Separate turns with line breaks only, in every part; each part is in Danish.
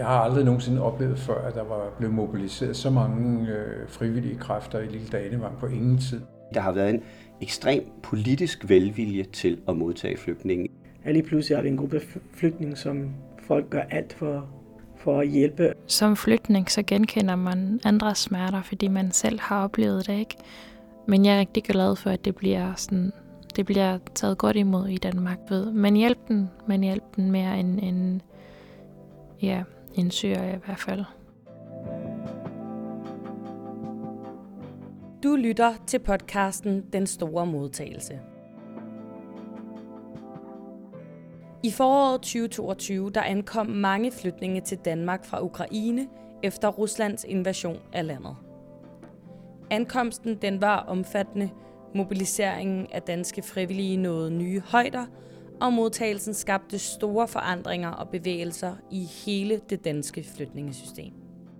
Jeg har aldrig nogensinde oplevet før, at der var blevet mobiliseret så mange frivillige kræfter i Lille Danevang på ingen tid.
Der har været en ekstrem politisk velvilje til at modtage flygtninge.
Ja, lige pludselig er vi en gruppe flygtninge, som folk gør alt for at hjælpe.
Som flygtning så genkender man andres smerter, fordi man selv har oplevet det, ikke? Men jeg er rigtig glad for, at det bliver taget godt imod i Danmark. Man hjælper den mere end Syrien i hvert fald.
Du lytter til podcasten Den Store Modtagelse. I foråret 2022 der ankom mange flygtninge til Danmark fra Ukraine efter Ruslands invasion af landet. Ankomsten den var omfattende, mobiliseringen af danske frivillige nåede nye højder, og modtagelsen skabte store forandringer og bevægelser i hele det danske flygtningesystem.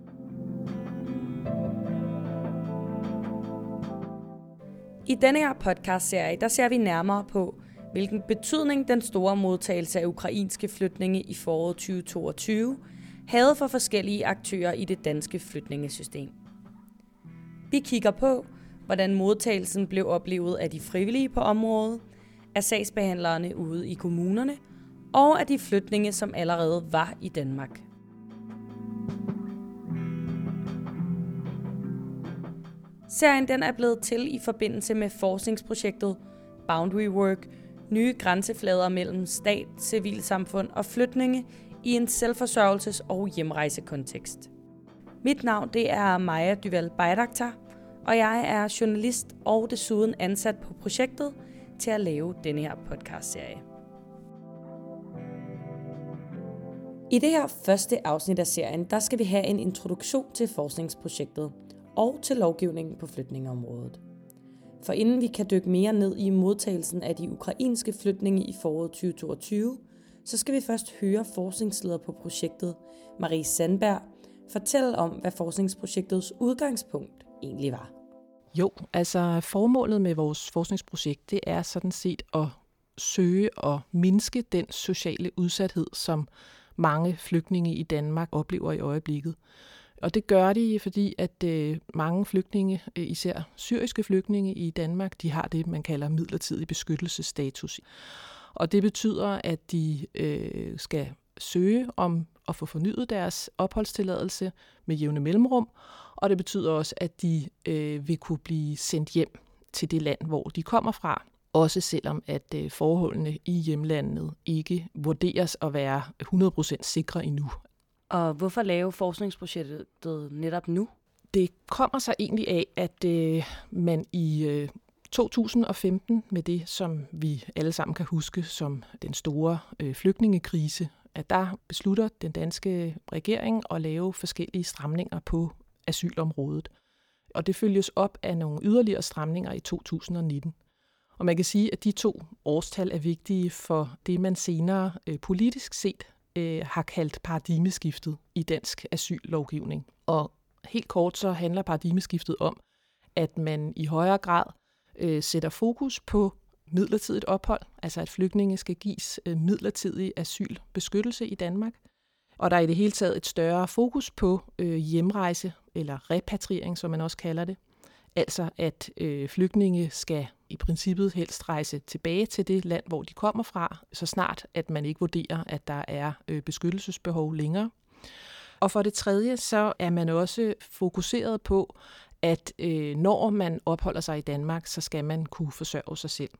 I denne her podcastserie der ser vi nærmere på, hvilken betydning den store modtagelse af ukrainske flygtninge i foråret 2022 havde for forskellige aktører i det danske flygtningesystem. Vi kigger på, hvordan modtagelsen blev oplevet af de frivillige på området, af sagsbehandlerne ude i kommunerne og af de flygtninge, som allerede var i Danmark. Serien den er blevet til i forbindelse med forskningsprojektet Boundary Work, nye grænseflader mellem stat, civilsamfund og flygtninge i en selvforsørgelses- og hjemrejsekontekst. Mit navn det er Maja Duval Beiraktar, og jeg er journalist og desuden ansat på projektet til at lave denne her podcastserie. I det her første afsnit af serien, der skal vi have en introduktion til forskningsprojektet og til lovgivningen på flygtningeområdet. For inden vi kan dykke mere ned i modtagelsen af de ukrainske flygtninge i foråret 2022, så skal vi først høre forskningsleder på projektet, Marie Sandberg, fortælle om, hvad forskningsprojektets udgangspunkt egentlig var.
Jo, altså formålet med vores forskningsprojekt, det er sådan set at søge at mindske den sociale udsathed, som mange flygtninge i Danmark oplever i øjeblikket. Og det gør de, fordi at mange flygtninge, især syriske flygtninge i Danmark, de har det, man kalder midlertidig beskyttelsesstatus. Og det betyder, at de skal søge om at få fornyet deres opholdstilladelse med jævne mellemrum, og det betyder også, at de vil kunne blive sendt hjem til det land, hvor de kommer fra, også selvom at forholdene i hjemlandet ikke vurderes at være 100% sikre endnu.
Og hvorfor lave forskningsprojektet netop nu?
Det kommer sig egentlig af, at man i 2015 med det, som vi alle sammen kan huske som den store flygtningekrise, at der beslutter den danske regering at lave forskellige stramninger på asylområdet. Og det følges op af nogle yderligere stramninger i 2019. Og man kan sige, at de to årstal er vigtige for det, man senere politisk set har kaldt paradigmeskiftet i dansk asyllovgivning. Og helt kort så handler paradigmeskiftet om, at man i højere grad sætter fokus på midlertidigt ophold, altså at flygtninge skal gives midlertidig asylbeskyttelse i Danmark. Og der er i det hele taget et større fokus på hjemrejse eller repatriering, som man også kalder det. Altså at flygtninge skal i princippet helst rejse tilbage til det land, hvor de kommer fra, så snart at man ikke vurderer, at der er beskyttelsesbehov længere. Og for det tredje, så er man også fokuseret på, at når man opholder sig i Danmark, så skal man kunne forsørge sig selv.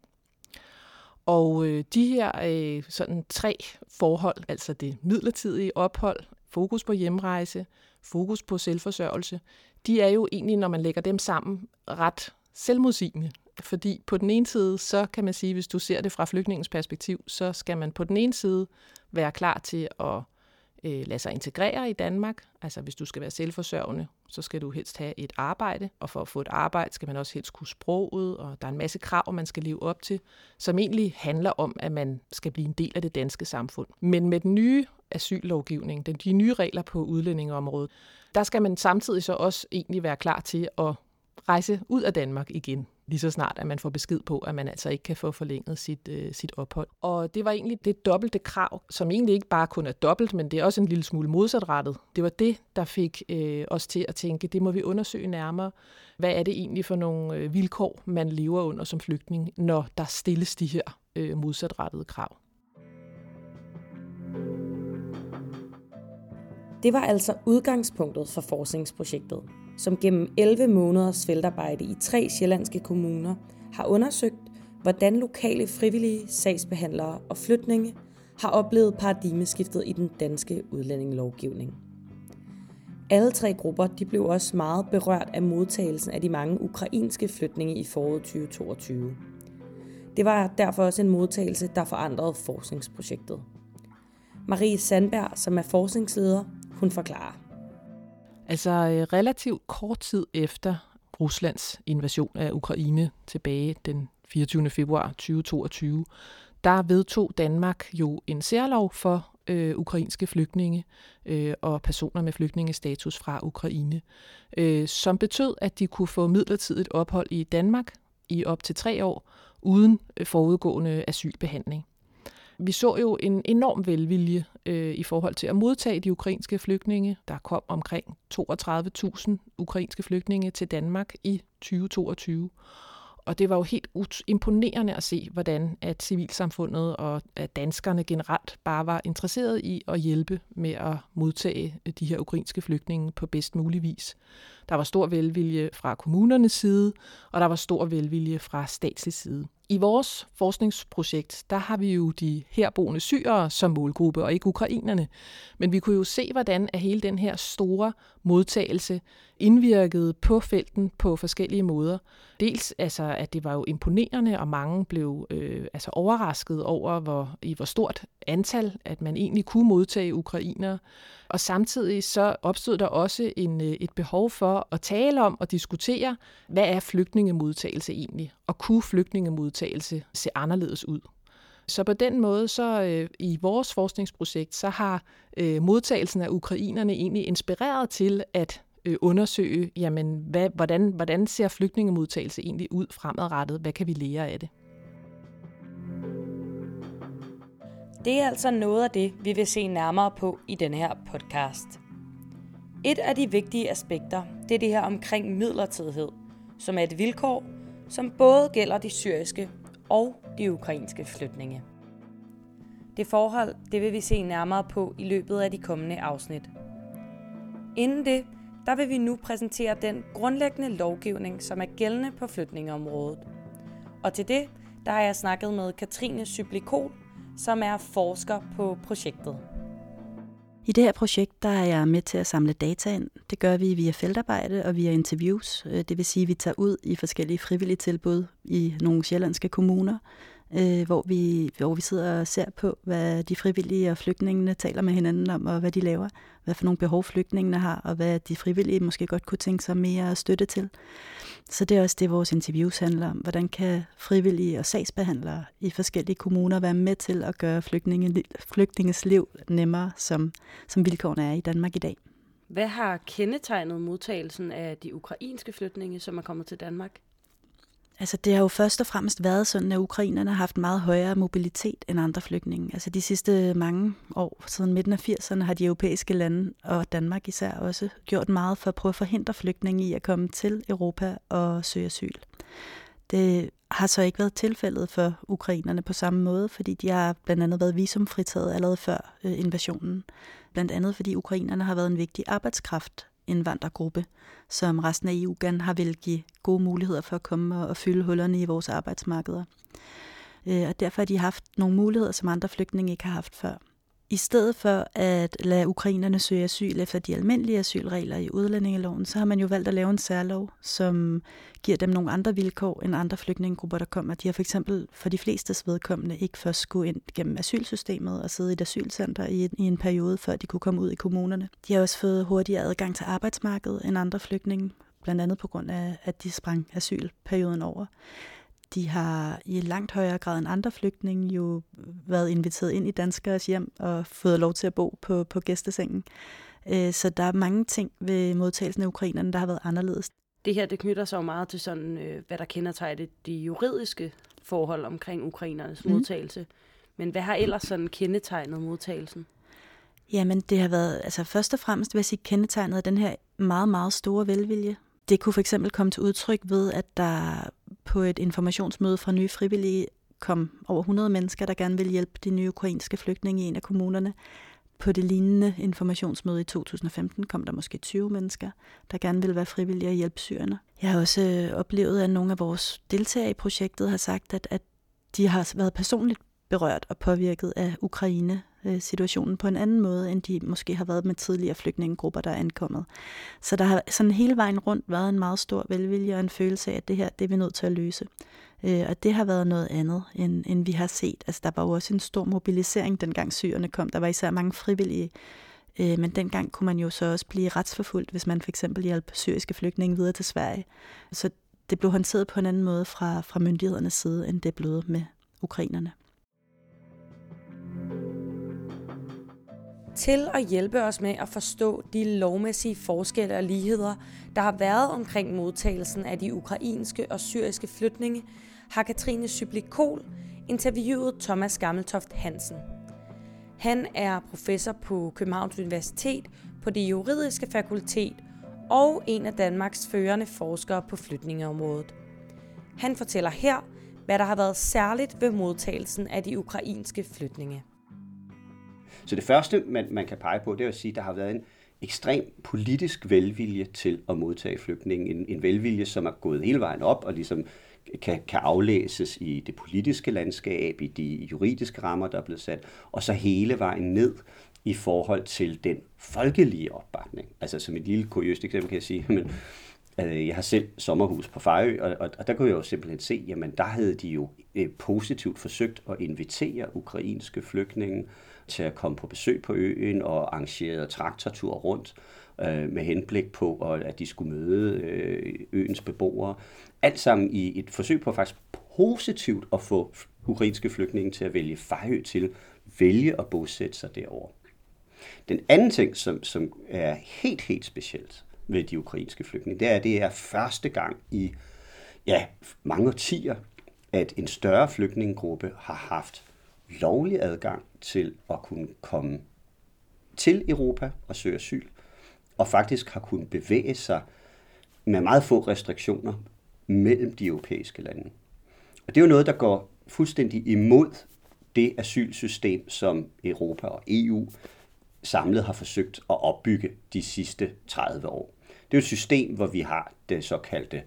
Og de her sådan 3 forhold, altså det midlertidige ophold, fokus på hjemrejse, fokus på selvforsørgelse, de er jo egentlig, når man lægger dem sammen, ret selvmodsigende. Fordi på den ene side, så kan man sige, hvis du ser det fra flygtningens perspektiv, så skal man på den ene side være klar til at lade sig integrere i Danmark. Altså hvis du skal være selvforsørgende, så skal du helst have et arbejde, og for at få et arbejde skal man også helst kunne sproget, og der er en masse krav, man skal leve op til, som egentlig handler om, at man skal blive en del af det danske samfund. Men med den nye asyllovgivning, de nye regler på udlændingeområdet, der skal man samtidig så også egentlig være klar til at rejse ud af Danmark igen. lige så snart, at man får besked på, at man altså ikke kan få forlænget sit ophold. Og det var egentlig det dobbelte krav, som egentlig ikke bare kun er dobbelt, men det er også en lille smule modsatrettet. Det var det, der fik os til at tænke, det må vi undersøge nærmere. Hvad er det egentlig for nogle vilkår, man lever under som flygtning, når der stilles de her modsatrettede krav?
Det var altså udgangspunktet for forskningsprojektet, som gennem 11 måneders feltarbejde i 3 sjællandske kommuner har undersøgt, hvordan lokale frivillige sagsbehandlere og flygtninge har oplevet paradigmeskiftet i den danske udlændingelovgivning. Alle 3 grupper de blev også meget berørt af modtagelsen af de mange ukrainske flygtninge i foråret 2022. Det var derfor også en modtagelse, der forandrede forskningsprojektet. Marie Sandberg, som er forskningsleder, hun forklarer.
Altså relativt kort tid efter Ruslands invasion af Ukraine tilbage den 24. februar 2022, der vedtog Danmark jo en særlov for ukrainske flygtninge og personer med flygtningestatus fra Ukraine, som betød, at de kunne få midlertidigt ophold i Danmark i op til 3 år uden forudgående asylbehandling. Vi så jo en enorm velvilje i forhold til at modtage de ukrainske flygtninge. Der kom omkring 32.000 ukrainske flygtninge til Danmark i 2022. Og det var jo helt imponerende at se, hvordan at civilsamfundet og at danskerne generelt bare var interesseret i at hjælpe med at modtage de her ukrainske flygtninge på bedst mulig vis. Der var stor velvilje fra kommunernes side, og der var stor velvilje fra statslig side. I vores forskningsprojekt, der har vi jo de herboende syrere som målgruppe, og ikke ukrainerne. Men vi kunne jo se, hvordan at hele den her store modtagelse indvirkede på felten på forskellige måder. Dels altså, at det var jo imponerende, og mange blev overrasket over, hvor stort antal, at man egentlig kunne modtage ukrainere. Og samtidig så opstod der også et behov for at tale om og diskutere, hvad er flygtningemodtagelse egentlig, og kunne flygtningemodtagelse se anderledes ud. Så på den måde, så i vores forskningsprojekt, så har modtagelsen af ukrainerne egentlig inspireret til at undersøge, jamen, hvordan ser flygtningemodtagelse egentlig ud fremadrettet? Hvad kan vi lære af det?
Det er altså noget af det, vi vil se nærmere på i denne her podcast. Et af de vigtige aspekter, det er det her omkring midlertidighed, som er et vilkår, som både gælder de syriske og de ukrainske flygtninge. Det forhold, det vil vi se nærmere på i løbet af de kommende afsnit. Inden det, der vil vi nu præsentere den grundlæggende lovgivning, som er gældende på flygtningeområdet. Og til det, der har jeg snakket med Katrine Syblikol, som er forsker på projektet.
I det her projekt, der er jeg med til at samle data ind. Det gør vi via feltarbejde og via interviews. Det vil sige, at vi tager ud i forskellige frivillige tilbud i nogle sjællandske kommuner, hvor vi sidder og ser på, hvad de frivillige og flygtningene taler med hinanden om, og hvad de laver. Hvad for nogle behov flygtningene har, og hvad de frivillige måske godt kunne tænke sig mere støtte til. Så det er også det, vores interviews handler om. Hvordan kan frivillige og sagsbehandlere i forskellige kommuner være med til at gøre flygtninges liv nemmere, som vilkårene er i Danmark i dag.
Hvad har kendetegnet modtagelsen af de ukrainske flygtninge, som er kommet til Danmark?
Altså det har jo først og fremmest været sådan, at ukrainerne har haft meget højere mobilitet end andre flygtninge. Altså de sidste mange år, siden midten af 80'erne, har de europæiske lande, og Danmark især også, gjort meget for at prøve at forhindre flygtninge i at komme til Europa og søge asyl. Det har så ikke været tilfældet for ukrainerne på samme måde, fordi de har blandt andet været visumfritaget allerede før invasionen. Blandt andet fordi ukrainerne har været en vigtig arbejdskraft, indvandrergruppe, som resten af EU gerne har vil give gode muligheder for at komme og fylde hullerne i vores arbejdsmarkeder. Og derfor har de haft nogle muligheder, som andre flygtninge ikke har haft før. I stedet for at lade ukrainerne søge asyl efter de almindelige asylregler i udlændingeloven, så har man jo valgt at lave en særlov, som giver dem nogle andre vilkår end andre flygtningegrupper, der kommer. De har for eksempel for de flestes vedkommende ikke først skulle ind gennem asylsystemet og sidde i et asylcenter i en periode, før de kunne komme ud i kommunerne. De har også fået hurtigere adgang til arbejdsmarkedet end andre flygtninge, blandt andet på grund af, at de sprang asylperioden over. De har i langt højere grad end andre flygtninge jo været inviteret ind i danskeres hjem og fået lov til at bo på gæstesengen. Så der er mange ting ved modtagelsen af ukrainerne, der har været anderledes.
Det her, det knytter sig jo meget til sådan, hvad der kendetegner de juridiske forhold omkring ukrainernes modtagelse. Men hvad har ellers sådan kendetegnet modtagelsen?
Jamen, det har været, altså først og fremmest vil jeg sige, kendetegnet af den her meget, meget store velvilje. Det kunne for eksempel komme til udtryk ved, at der på et informationsmøde fra Nye Frivillige kom over 100 mennesker, der gerne ville hjælpe de nye ukrainske flygtninge i en af kommunerne. På det lignende informationsmøde i 2015 kom der måske 20 mennesker, der gerne ville være frivillige og hjælpe syrerne. Jeg har også oplevet, at nogle af vores deltagere i projektet har sagt, at de har været personligt berørt og påvirket af Ukraine-situationen på en anden måde, end de måske har været med tidligere flygtningegrupper, der er ankommet. Så der har sådan hele vejen rundt været en meget stor velvilje og en følelse af, at det her, det er vi nødt til at løse. Og det har været noget andet, end vi har set. Altså, der var jo også en stor mobilisering, dengang syrerne kom. Der var især mange frivillige. Men dengang kunne man jo så også blive retsforfulgt, hvis man for eksempel hjalp syriske flygtninge videre til Sverige. Så det blev håndteret på en anden måde fra myndighedernes side, end det blev med ukrainerne.
Til at hjælpe os med at forstå de lovmæssige forskelle og ligheder, der har været omkring modtagelsen af de ukrainske og syriske flygtninge, har Katrine Syblik-Kohl interviewet Thomas Gammeltoft Hansen. Han er professor på Københavns Universitet på det juridiske fakultet og en af Danmarks førende forskere på flygtningeområdet. Han fortæller her, hvad der har været særligt ved modtagelsen af de ukrainske flygtninge.
Så det første, man kan pege på, det er at sige, at der har været en ekstrem politisk velvilje til at modtage flygtninge. En velvilje, som er gået hele vejen op og ligesom kan aflæses i det politiske landskab, i de juridiske rammer, der er blevet sat, og så hele vejen ned i forhold til den folkelige opbakning. Altså som et lille kuriøst eksempel kan jeg sige, men jeg har selv sommerhus på Fejø, og der kunne jeg jo simpelthen se, jamen der havde de jo positivt forsøgt at invitere ukrainske flygtninge til at komme på besøg på øen og arrangere traktortur rundt med henblik på, at de skulle møde øens beboere. Alt sammen i et forsøg på faktisk positivt at få ukrainske flygtninge til at vælge Fejø til, vælge at bosætte sig derovre. Den anden ting, som er helt specielt ved de ukrainske flygtninge, det er første gang i mange årtier, at en større flygtningegruppe har haft lovlig adgang til at kunne komme til Europa og søge asyl, og faktisk har kunnet bevæge sig med meget få restriktioner mellem de europæiske lande. Og det er jo noget, der går fuldstændig imod det asylsystem, som Europa og EU samlet har forsøgt at opbygge de sidste 30 år. Det er et system, hvor vi har det såkaldte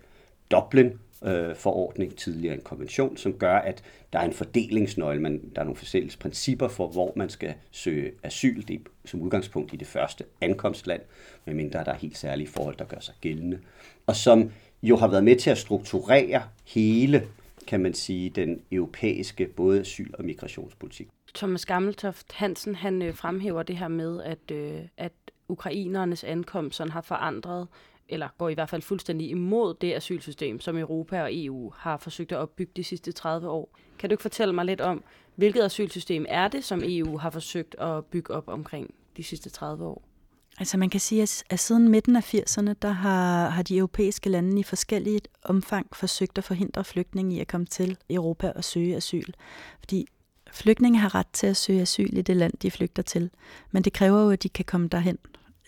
Dublin-forordning, tidligere en konvention, som gør, at der er en fordelingsnøgle, der er nogle fælles principper for, hvor man skal søge asyl. Det er som udgangspunkt i det første ankomstland, medmindre der er helt særlige forhold, der gør sig gældende. Og som jo har været med til at strukturere hele, kan man sige, den europæiske både asyl- og migrationspolitik.
Thomas Gammeltoft Hansen, han fremhæver det her med, at ukrainernes ankomst sådan har forandret, eller går i hvert fald fuldstændig imod det asylsystem, som Europa og EU har forsøgt at opbygge de sidste 30 år. Kan du ikke fortælle mig lidt om, hvilket asylsystem er det, som EU har forsøgt at bygge op omkring de sidste 30 år?
Altså man kan sige, at siden midten af 80'erne, der har de europæiske lande i forskellige omfang forsøgt at forhindre flygtninge i at komme til Europa og søge asyl. Fordi flygtninge har ret til at søge asyl i det land, de flygter til. Men det kræver jo, at de kan komme derhen.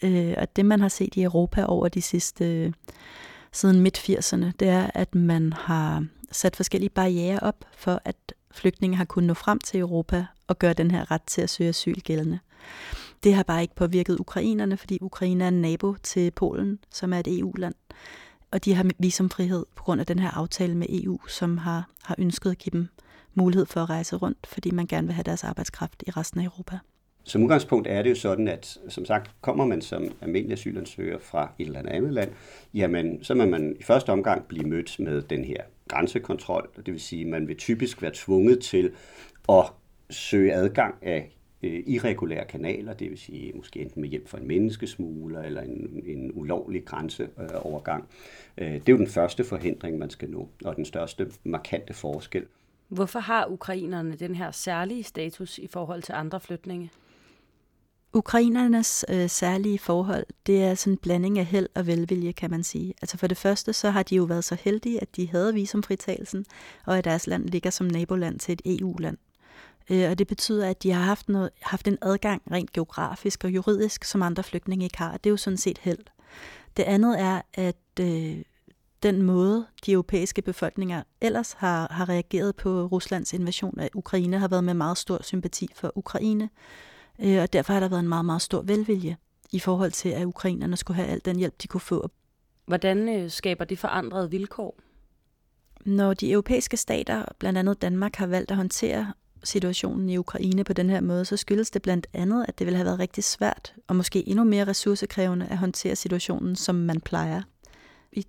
Og det, man har set i Europa over de sidste, siden midt-80'erne, det er, at man har sat forskellige barrierer op for, at flygtninge har kunnet nå frem til Europa og gøre den her ret til at søge asyl gældende. Det har bare ikke påvirket ukrainerne, fordi Ukraine er en nabo til Polen, som er et EU-land. Og de har visumfrihed på grund af den her aftale med EU, som har ønsket at give dem mulighed for at rejse rundt, fordi man gerne vil have deres arbejdskraft i resten af Europa.
Som udgangspunkt er det jo sådan, at som sagt, kommer man som almindelig asylansøger fra et eller andet land, jamen så må man i første omgang blive mødt med den her grænsekontrol. Det vil sige, at man vil typisk være tvunget til at søge adgang af irregulære kanaler, det vil sige måske enten med hjælp fra en menneskesmugler eller en ulovlig grænseovergang. Det er jo den første forhindring, man skal nå, og den største markante forskel.
Hvorfor har ukrainerne den her særlige status i forhold til andre flygtninge?
Ukrainernes særlige forhold, det er sådan en blanding af held og velvilje, kan man sige. Altså for det første, så har de jo været så heldige, at de havde visumfritagelsen, og at deres land ligger som naboland til et EU-land. Og det betyder, at de har haft en adgang rent geografisk og juridisk, som andre flygtninge ikke har. Det er jo sådan set held. Det andet er, at den måde, de europæiske befolkninger ellers har reageret på Ruslands invasion af Ukraine, har været med meget stor sympati for Ukraine. Og derfor har der været en meget, meget stor velvilje i forhold til, at ukrainerne skulle have al den hjælp, de kunne få.
Hvordan skaber det forandrede vilkår?
Når de europæiske stater, blandt andet Danmark, har valgt at håndtere situationen i Ukraine på den her måde, så skyldes det blandt andet, at det ville have været rigtig svært, og måske endnu mere ressourcekrævende at håndtere situationen, som man plejer. I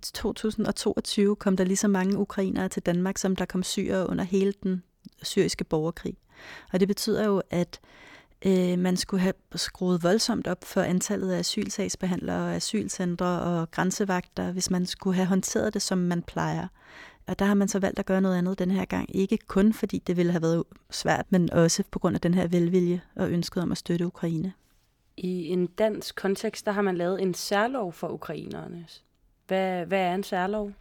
2022 kom der lige så mange ukrainere til Danmark, som der kom syrere under hele den syriske borgerkrig. Og det betyder jo, at man skulle have skruet voldsomt op for antallet af asylsagsbehandlere, asylcentre og grænsevagter, hvis man skulle have håndteret det, som man plejer. Og der har man så valgt at gøre noget andet den her gang. Ikke kun fordi det ville have været svært, men også på grund af den her velvilje og ønsket om at støtte Ukraine.
I en dansk kontekst, der har man lavet en særlov for ukrainerne. Hvad er en særlov?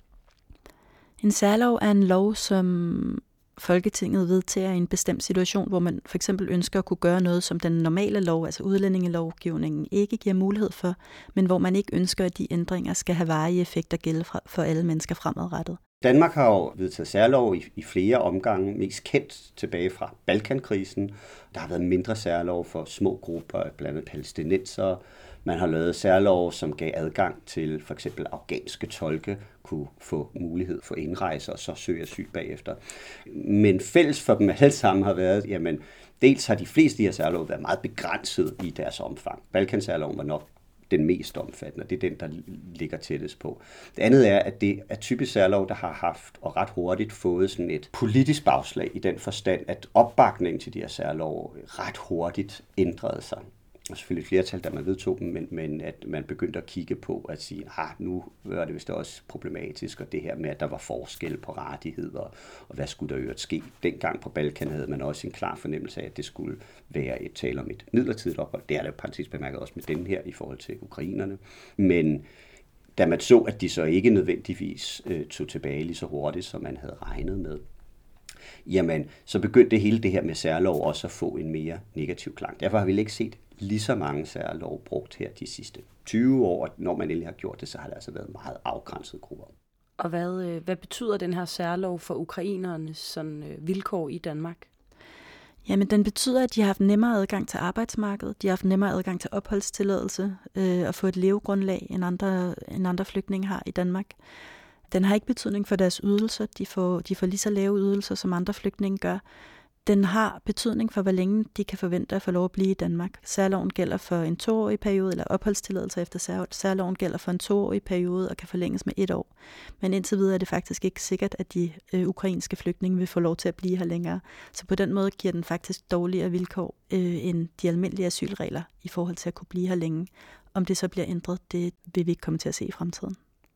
En særlov er en lov, som Folketinget vedtager i en bestemt situation, hvor man for eksempel ønsker at kunne gøre noget, som den normale lov, altså udlændingelovgivningen, ikke giver mulighed for, men hvor man ikke ønsker, at de ændringer skal have varige effekter gælde for alle mennesker fremadrettet.
Danmark har jo vedtaget særlov i flere omgange, mest kendt tilbage fra Balkankrisen. Der har været mindre særlov for små grupper, blandt andet palæstinensere. Man har lavet særlov, som gav adgang til for eksempel afghanske tolke, kunne få mulighed for indrejse og så søge asyl bagefter. Men fælles for dem alle sammen har været, jamen dels har de fleste af de her særlov været meget begrænset i deres omfang. Balkansærloven var nok den mest omfattende, og det er den, der ligger tættest på. Det andet er, at det er typisk særlov, der har haft og ret hurtigt fået sådan et politisk bagslag i den forstand, at opbakningen til de her særlov ret hurtigt ændrede sig. Og selvfølgelig et flertal, da man vedtog dem, men at man begyndte at kigge på at sige, nu var det vist også problematisk, og det her med, at der var forskel på rettigheder, og hvad skulle der øvrigt ske. Dengang på Balkan havde man også en klar fornemmelse af, at det skulle være et tale om et midlertidigt ophold. Det er der jo partisk bemærket også med den her i forhold til ukrainerne. Men da man så, at de så ikke nødvendigvis tog tilbage lige så hurtigt, som man havde regnet med, jamen, så begyndte hele det her med særlov også at få en mere negativ klang. Derfor har vi ikke set lige så mange særlov brugt her de sidste 20 år, og når man endelig har gjort det, så har det altså været meget afgrænsede grupper.
Og hvad betyder den her særlov for ukrainernes sådan, vilkår i Danmark?
Jamen, den betyder, at de har haft nemmere adgang til arbejdsmarkedet, de har haft nemmere adgang til opholdstilladelse og få et levegrundlag, end andre flygtninge har i Danmark. Den har ikke betydning for deres ydelser. De får lige så lave ydelser, som andre flygtninge gør. Den har betydning for, hvor længe de kan forvente at få lov at blive i Danmark. Særloven gælder for en 2-årig periode, eller opholdstilladelser efter særloven gælder for en 2-årig periode og kan forlænges med 1 år. Men indtil videre er det faktisk ikke sikkert, at de ukrainske flygtninge vil få lov til at blive her længere. Så på den måde giver den faktisk dårligere vilkår end de almindelige asylregler i forhold til at kunne blive her længe. Om det så bliver ændret, det vil vi ikke komme til at se i fremtiden.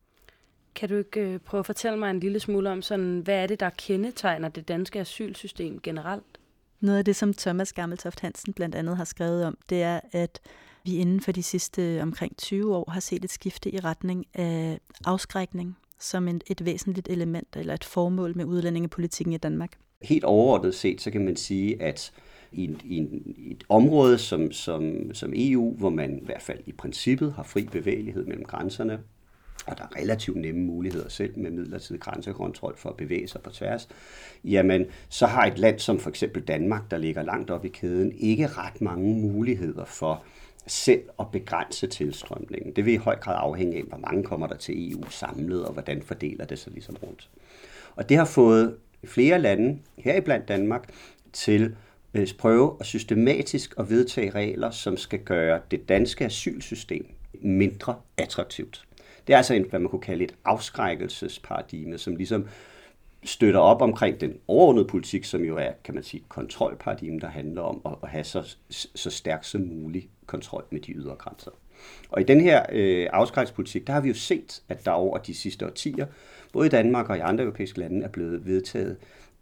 Kan du ikke prøve at fortælle mig en lille smule om, sådan, hvad er det, der kendetegner det danske asylsystem generelt?
Noget af det, som Thomas Gammeltoft Hansen blandt andet har skrevet om, det er, at vi inden for de sidste omkring 20 år har set et skifte i retning af afskrækning som et væsentligt element eller et formål med udlændingepolitikken i Danmark.
Helt overordnet set, så kan man sige, at i et område som EU, hvor man i hvert fald i princippet har fri bevægelighed mellem grænserne, og der er relativt nemme muligheder selv med midlertidig grænsekontrol for at bevæge sig på tværs, jamen så har et land som for eksempel Danmark, der ligger langt op i kæden, ikke ret mange muligheder for selv at begrænse tilstrømningen. Det vil i høj grad afhænge af, hvor mange kommer der til EU samlet, og hvordan fordeler det sig ligesom rundt. Og det har fået flere lande, heriblandt Danmark, til at prøve at systematisk at vedtage regler, som skal gøre det danske asylsystem mindre attraktivt. Det er altså hvad man kunne kalde et afskrækkelsesparadigme, som ligesom støtter op omkring den overordnede politik, som jo er, kan man sige, et kontrolparadigme, der handler om at have så stærk som mulig kontrol med de ydre grænser. Og i den her afskrækkelsespolitik, der har vi jo set, at der over de sidste årtier, både i Danmark og i andre europæiske lande, er blevet vedtaget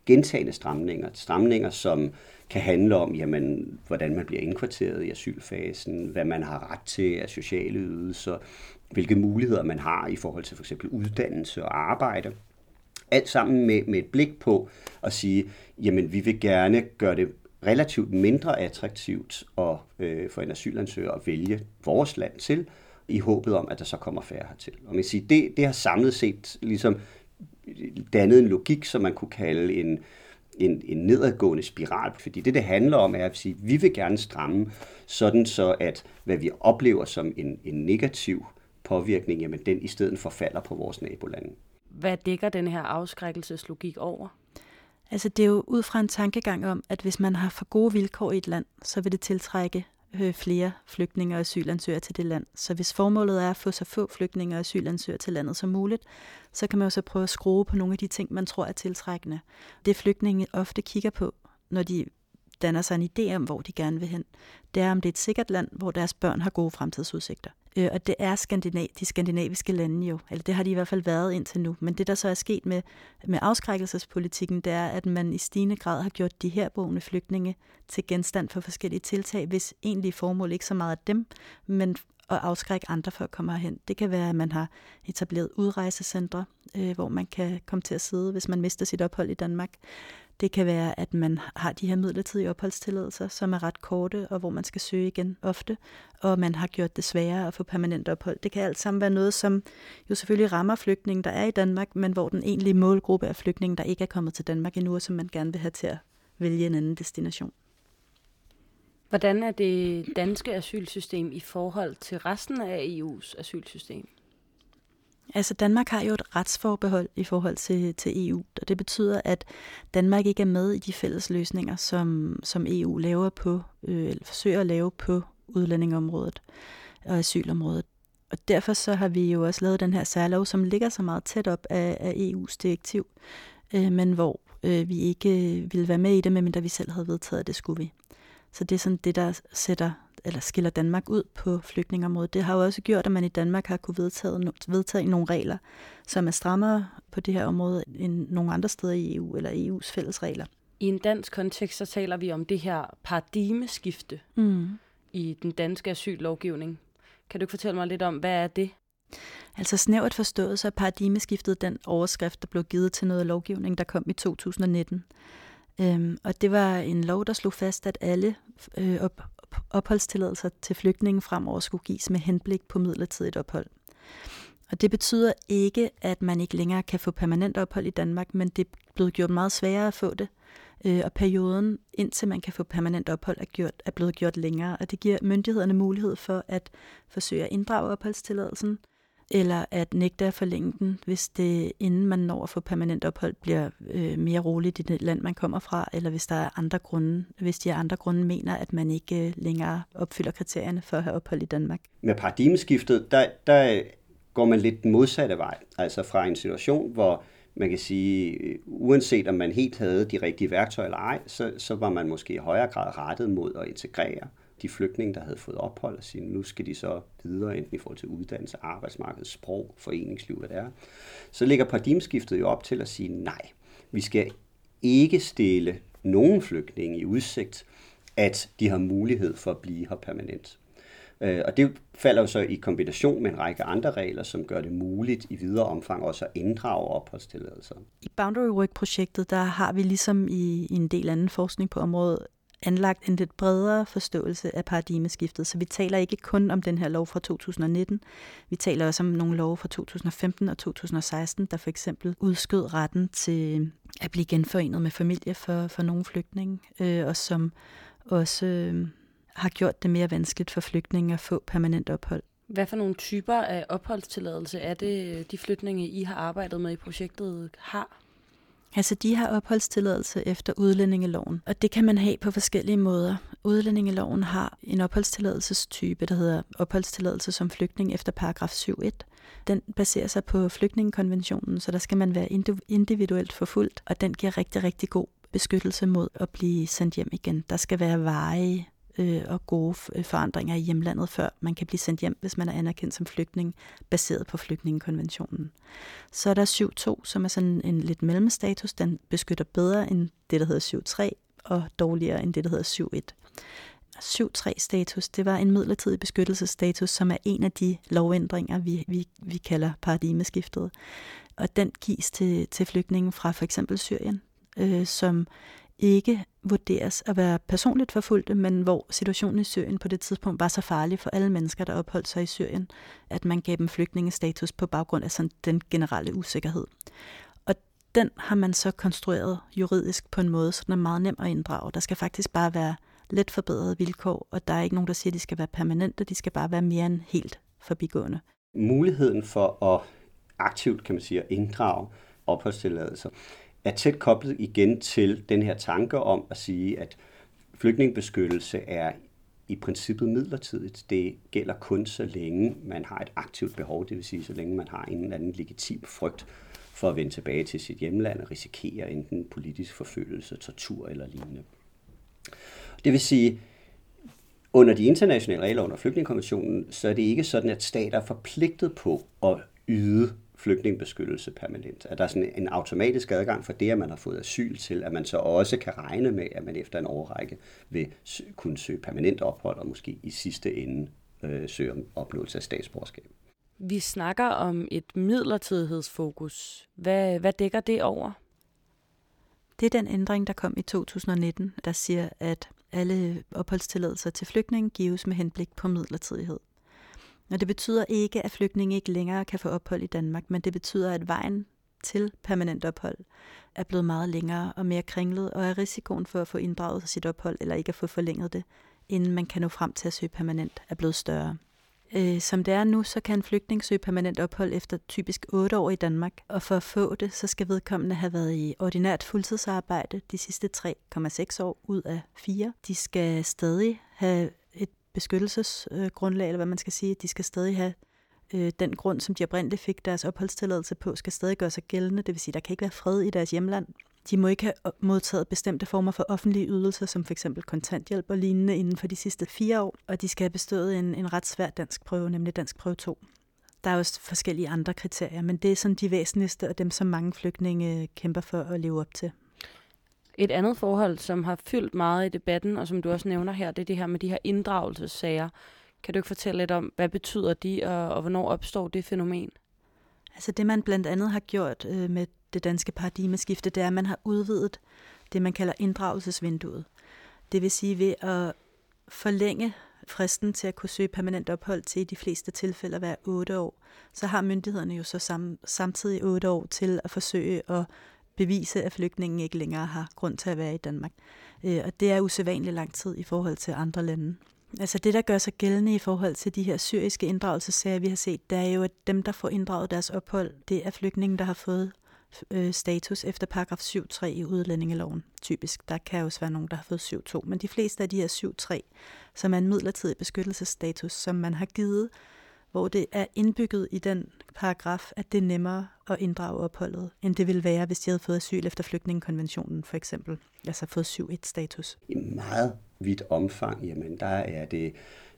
gentagne stramninger, som kan handle om, jamen, hvordan man bliver indkvarteret i asylfasen, hvad man har ret til af sociale ydelser, hvilke muligheder man har i forhold til for eksempel uddannelse og arbejde. Alt sammen med et blik på at sige, jamen vi vil gerne gøre det relativt mindre attraktivt for en asylansøger at vælge vores land til, i håbet om, at der så kommer færre hertil. Og man kan sige, det har samlet set ligesom dannet en logik, som man kunne kalde en nedadgående spiral. Fordi det handler om, er at sige, at vi vil gerne stramme, sådan så at hvad vi oplever som en negativ påvirkning, jamen den i stedet forfalder på vores nabolande.
Hvad dækker den her afskrækkelseslogik over?
Altså det er jo ud fra en tankegang om, at hvis man har for gode vilkår i et land, så vil det tiltrække flere flygtninge og asylansøgere til det land. Så hvis formålet er at få så få flygtninge og asylansøgere til landet som muligt, så kan man jo så prøve at skrue på nogle af de ting, man tror er tiltrækkende. Det flygtninge ofte kigger på, når de danner sig en idé om, hvor de gerne vil hen, det er, om det er et sikkert land, hvor deres børn har gode fremtidsudsigter. Og det er de skandinaviske lande jo, eller det har de i hvert fald været indtil nu. Men det, der så er sket med afskrækkelsespolitikken, det er, at man i stigende grad har gjort de herboende flygtninge til genstand for forskellige tiltag, hvis egentlige formål ikke så meget af dem, men at afskrække andre for at komme herhen. Det kan være, at man har etableret udrejsecentre, hvor man kan komme til at sidde, hvis man mister sit ophold i Danmark. Det kan være, at man har de her midlertidige opholdstilladelser, som er ret korte, og hvor man skal søge igen ofte, og man har gjort det sværere at få permanent ophold. Det kan alt sammen være noget, som jo selvfølgelig rammer flygtninge, der er i Danmark, men hvor den egentlige målgruppe er flygtninge, der ikke er kommet til Danmark endnu, og som man gerne vil have til at vælge en anden destination.
Hvordan er det danske asylsystem i forhold til resten af EU's asylsystem?
Altså Danmark har jo et retsforbehold i forhold til EU, og det betyder, at Danmark ikke er med i de fælles løsninger, som EU laver på, eller forsøger at lave på udlændingeområdet og asylområdet. Og derfor så har vi jo også lavet den her særlov, som ligger så meget tæt op af EU's direktiv, men hvor vi ikke ville være med i det, medmindre vi selv havde vedtaget, at det skulle vi. Så det er sådan det, der skiller Danmark ud på flygtningeområdet. Det har jo også gjort, at man i Danmark har kunne vedtage nogle regler, som er strammere på det her område end nogle andre steder i EU, eller EU's fælles regler.
I en dansk kontekst, så taler vi om det her paradigmeskifte i den danske asyllovgivning. Kan du ikke fortælle mig lidt om, hvad er det?
Altså snævert forstået, så er paradigmeskiftet den overskrift, der blev givet til noget lovgivning, der kom i 2019. Og det var en lov, der slog fast, at alle opholdstilladelser til flygtninge fremover skulle gives med henblik på midlertidigt ophold. Og det betyder ikke, at man ikke længere kan få permanent ophold i Danmark, men det er blevet gjort meget sværere at få det. Og perioden, indtil man kan få permanent ophold, er blevet gjort længere. Og det giver myndighederne mulighed for at forsøge at inddrage opholdstilladelsen, eller at nægte at forlænge den, hvis det, inden man når at få permanent ophold, bliver mere roligt i det land, man kommer fra, eller hvis der er andre grunde, hvis de af andre grunde mener, at man ikke længere opfylder kriterierne for at have ophold i Danmark.
Med paradigmeskiftet, der går man lidt den modsatte vej, altså fra en situation, hvor man kan sige, uanset om man helt havde de rigtige værktøjer eller ej, så var man måske i højere grad rettet mod at integrere de flygtninge, der havde fået ophold, og sige, nu skal de så videre, enten i forhold til uddannelse, arbejdsmarked, sprog, foreningsliv, hvad det er. Så ligger paradigmeskiftet jo op til at sige, nej, vi skal ikke stille nogen flygtninge i udsigt, at de har mulighed for at blive her permanent. Og det falder jo så i kombination med en række andre regler, som gør det muligt i videre omfang også at inddrage opholdstilladelser.
I Boundary Work-projektet, der har vi ligesom i en del anden forskning på området, anlagt en lidt bredere forståelse af paradigmeskiftet. Så vi taler ikke kun om den her lov fra 2019. Vi taler også om nogle love fra 2015 og 2016, der for eksempel udskød retten til at blive genforenet med familie for nogle flygtninge, og som også har gjort det mere vanskeligt for flygtninge at få permanent ophold.
Hvad for nogle typer af opholdstilladelse er det, de flygtninge, I har arbejdet med i projektet, har?
Altså, de har opholdstilladelse efter udlændingeloven, og det kan man have på forskellige måder. Udlændingeloven har en opholdstilladelsestype, der hedder opholdstilladelse som flygtning efter paragraf 7.1. Den baserer sig på flygtningekonventionen, så der skal man være individuelt forfulgt, og den giver rigtig, rigtig god beskyttelse mod at blive sendt hjem igen. Der skal være varige og gode forandringer i hjemlandet, før man kan blive sendt hjem, hvis man er anerkendt som flygtning, baseret på flygtningekonventionen. Så er der 7.2, som er sådan en lidt mellemstatus. Den beskytter bedre end det, der hedder 7.3, og dårligere end det, der hedder 7.1. 7.3-status, det var en midlertidig beskyttelsesstatus, som er en af de lovændringer, vi kalder paradigmeskiftet. Og den gives til flygtninge fra for eksempel Syrien, som ikke vurderes at være personligt forfulgte, men hvor situationen i Syrien på det tidspunkt var så farlig for alle mennesker, der opholdt sig i Syrien, at man gav dem flygtningestatus på baggrund af sådan den generelle usikkerhed. Og den har man så konstrueret juridisk på en måde, så den er meget nem at inddrage. Der skal faktisk bare være lidt forbedrede vilkår, og der er ikke nogen, der siger, at de skal være permanente, de skal bare være mere end helt forbigående.
Muligheden for at aktivt, kan man sige, at inddrage opholdstilladelser er tæt koblet igen til den her tanke om at sige, at flygtningebeskyttelse er i princippet midlertidigt. Det gælder kun så længe man har et aktivt behov, det vil sige så længe man har en eller anden legitim frygt for at vende tilbage til sit hjemland og risikere enten politisk forfølgelse, tortur eller lignende. Det vil sige, under de internationale regler under flygtningekonventionen, så er det ikke sådan, at stater er forpligtet på at yde flygtningebeskyttelse permanent. At der er sådan en automatisk adgang for det, at man har fået asyl til, at man så også kan regne med, at man efter en årrække vil kunne søge permanent ophold og måske i sidste ende søge om opnåelse af statsborgerskab.
Vi snakker om et midlertidighedsfokus. Hvad dækker det over?
Det er den ændring, der kom i 2019, der siger, at alle opholdstilladelser til flygtninge gives med henblik på midlertidighed. Og det betyder ikke, at flygtninge ikke længere kan få ophold i Danmark, men det betyder, at vejen til permanent ophold er blevet meget længere og mere kringlet, og er risikoen for at få inddraget sit ophold eller ikke at få forlænget det, inden man kan nå frem til at søge permanent, er blevet større. Som det er nu, så kan en flygtning søge permanent ophold efter typisk 8 år i Danmark, og for at få det, så skal vedkommende have været i ordinært fuldtidsarbejde de sidste 3,6 år ud af 4. De skal stadig have et beskyttelsesgrundlag, eller hvad man skal sige. De skal stadig have den grund, som de oprindeligt fik deres opholdstilladelse på, skal stadig gøre sig gældende. Det vil sige, der kan ikke være fred i deres hjemland. De må ikke have modtaget bestemte former for offentlige ydelser, som f.eks. kontanthjælp og lignende inden for de sidste 4 år, og de skal have bestået en ret svær dansk prøve, nemlig dansk prøve 2. Der er også forskellige andre kriterier, men det er sådan de væsentligste, og dem, som mange flygtninge kæmper for at leve op til.
Et andet forhold, som har fyldt meget i debatten, og som du også nævner her, det er det her med de her inddragelsessager. Kan du ikke fortælle lidt om, hvad betyder de, og hvornår opstår det fænomen?
Altså det, man blandt andet har gjort med det danske paradigmeskifte, det er, at man har udvidet det, man kalder inddragelsesvinduet. Det vil sige ved at forlænge fristen til at kunne søge permanent ophold til i de fleste tilfælde at være 8 år, så har myndighederne jo så samtidig 8 år til at forsøge at bevise, at flygtningen ikke længere har grund til at være i Danmark. Og det er usædvanligt lang tid i forhold til andre lande. Altså det, der gør sig gældende i forhold til de her syriske inddragelsessager, vi har set, det er jo, at dem, der får inddraget deres ophold, det er flygtninge, der har fået status efter paragraf 7.3 i udlændingeloven. Typisk, der kan også være nogen, der har fået 7.2, men de fleste af de her 7.3, som er en midlertidig beskyttelsesstatus, som man har givet, hvor det er indbygget i den paragraf, at det er nemmere at inddrage opholdet, end det ville være, hvis de havde fået asyl efter flygtningekonventionen, for eksempel. Altså fået 7.1-status.
I meget vidt omfang, jamen der er det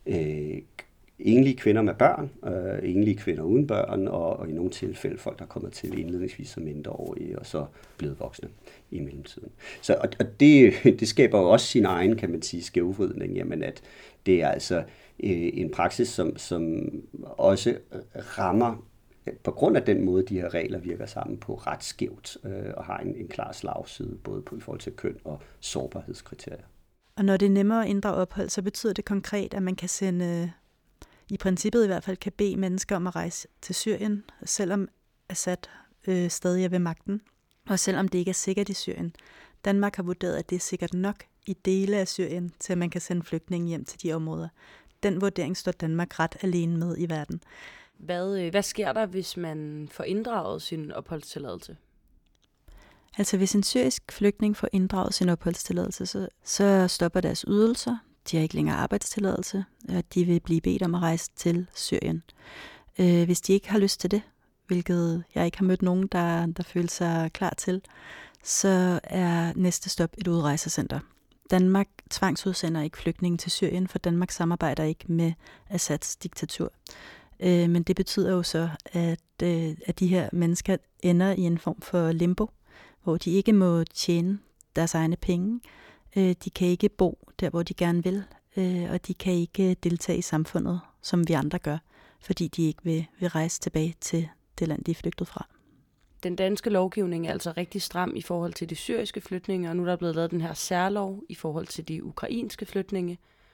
enlige kvinder med børn, enlige kvinder uden børn, og i nogle tilfælde folk, der er kommet til indledningsvis som mindreårige, og så blevet voksne i mellemtiden. Så, og det skaber jo også sin egen, kan man sige, skævvridning, jamen at det er altså en praksis, som også rammer, på grund af den måde, de her regler virker sammen på, ret skævt, og har en klar slagside, både i forhold til køn og sårbarhedskriterier.
Og når det er nemmere at inddrage ophold, så betyder det konkret, at man kan sende, i princippet i hvert fald, kan bede mennesker om at rejse til Syrien, selvom Assad stadig er ved magten, og selvom det ikke er sikkert i Syrien. Danmark har vurderet, at det er sikkert nok i dele af Syrien, til at man kan sende flygtninge hjem til de områder. Den vurdering står Danmark ret alene med i verden.
Hvad sker der, hvis man får inddraget sin opholdstilladelse?
Altså hvis en syrisk flygtning får inddraget sin opholdstilladelse, så stopper deres ydelser. De har ikke længere arbejdstilladelse, og de vil blive bedt om at rejse til Syrien. Hvis de ikke har lyst til det, hvilket jeg ikke har mødt nogen, der føler sig klar til, så er næste stop et udrejsecenter. Danmark tvangsudsender ikke flygtninge til Syrien, for Danmark samarbejder ikke med Assads diktatur. Men det betyder jo så, at de her mennesker ender i en form for limbo, hvor de ikke må tjene deres egne penge. De kan ikke bo der, hvor de gerne vil, og de kan ikke deltage i samfundet, som vi andre gør, fordi de ikke vil rejse tilbage til det land, de er flygtet fra.
Den danske lovgivning er altså rigtig stram i forhold til de syriske flygtninge, og nu er der blevet lavet den her særlov i forhold til de ukrainske flygtninge.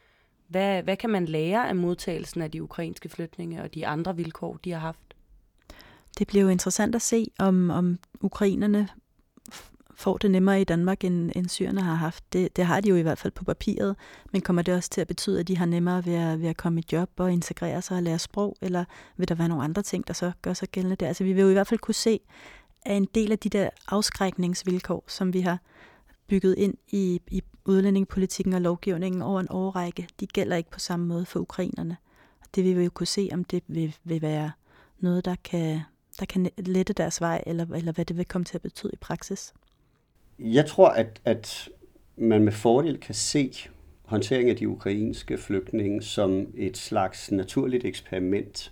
Hvad kan man lære af modtagelsen af de ukrainske flygtninge og de andre vilkår, de har haft?
Det bliver jo interessant at se, om ukrainerne får det nemmere i Danmark, end syrerne har haft. Det har de jo i hvert fald på papiret, men kommer det også til at betyde, at de har nemmere ved at komme i job og integrere sig og lære sprog, eller vil der være nogle andre ting, der så gør sig gældende der? Altså vi vil jo i hvert fald kunne se, at en del af de der afskrækningsvilkår, som vi har bygget ind i udlændingepolitikken og lovgivningen over en årrække, de gælder ikke på samme måde for ukrainerne. Det vil vi jo kunne se, om det vil være noget, der kan lette deres vej, eller hvad det vil komme til at betyde i praksis.
Jeg tror, at man med fordel kan se håndteringen af de ukrainske flygtninge som et slags naturligt eksperiment,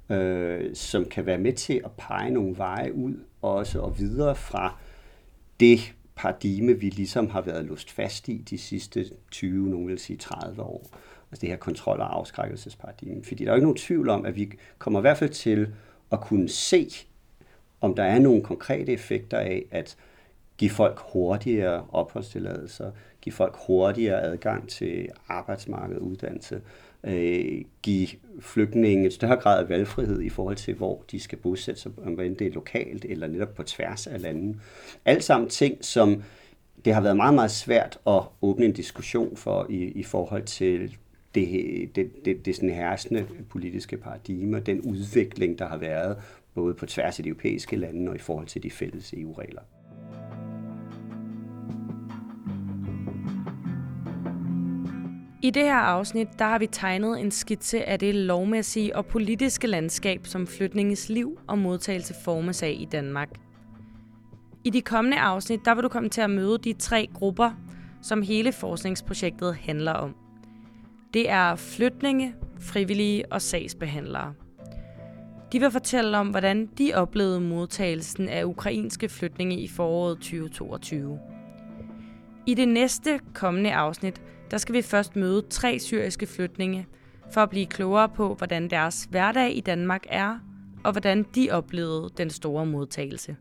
som kan være med til at pege nogle veje ud, også og videre fra det paradigme, vi ligesom har været låst fast i de sidste 20, nogen vil sige 30 år. Altså det her kontrol- og afskrækkelsesparadigme. Fordi der er jo ikke nogen tvivl om, at vi kommer i hvert fald til at kunne se, om der er nogle konkrete effekter af at give folk hurtigere opholdstilladelser, give folk hurtigere adgang til arbejdsmarkedet, uddannelse, give flygtninge en større grad af valgfrihed i forhold til, hvor de skal bosætte sig, om det er lokalt eller netop på tværs af landene. Alt sammen ting, som det har været meget, meget svært at åbne en diskussion for i forhold til det sådan herskende politiske paradigme og den udvikling, der har været både på tværs af de europæiske lande og i forhold til de fælles EU-regler.
I det her afsnit, der har vi tegnet en skitse af det lovmæssige og politiske landskab, som flygtninges liv og modtagelse formes af i Danmark. I de kommende afsnit, der vil du komme til at møde de 3 grupper, som hele forskningsprojektet handler om. Det er flygtninge, frivillige og sagsbehandlere. De vil fortælle om, hvordan de oplevede modtagelsen af ukrainske flygtninge i foråret 2022. I det næste kommende afsnit, der skal vi først møde 3 syriske flygtninge, for at blive klogere på, hvordan deres hverdag i Danmark er, og hvordan de oplevede den store modtagelse.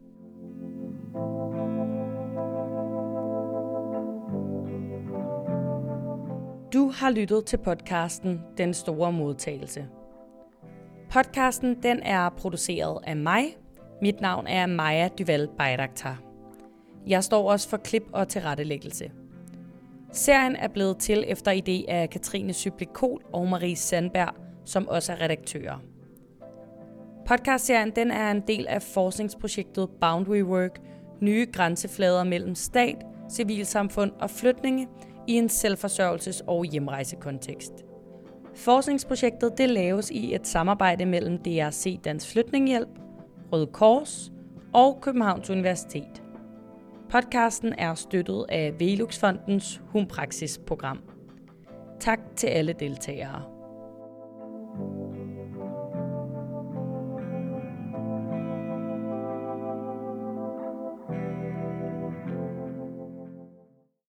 Du har lyttet til podcasten Den Store Modtagelse. Podcasten den er produceret af mig. Mit navn er Maja Duval Bayraktar. Jeg står også for klip og tilrettelæggelse. Serien er blevet til efter idé af Katrine Syble-Kohl og Marie Sandberg, som også er redaktører. Podcastserien den er en del af forskningsprojektet Boundary Work, nye grænseflader mellem stat, civilsamfund og flygtninge i en selvforsørgelses- og hjemrejsekontekst. Forskningsprojektet det laves i et samarbejde mellem DRC Dansk Flygtningehjælp, Røde Kors og Københavns Universitet. Podcasten er støttet af Velux Fondens Humpraksis-program. Tak til alle deltagere.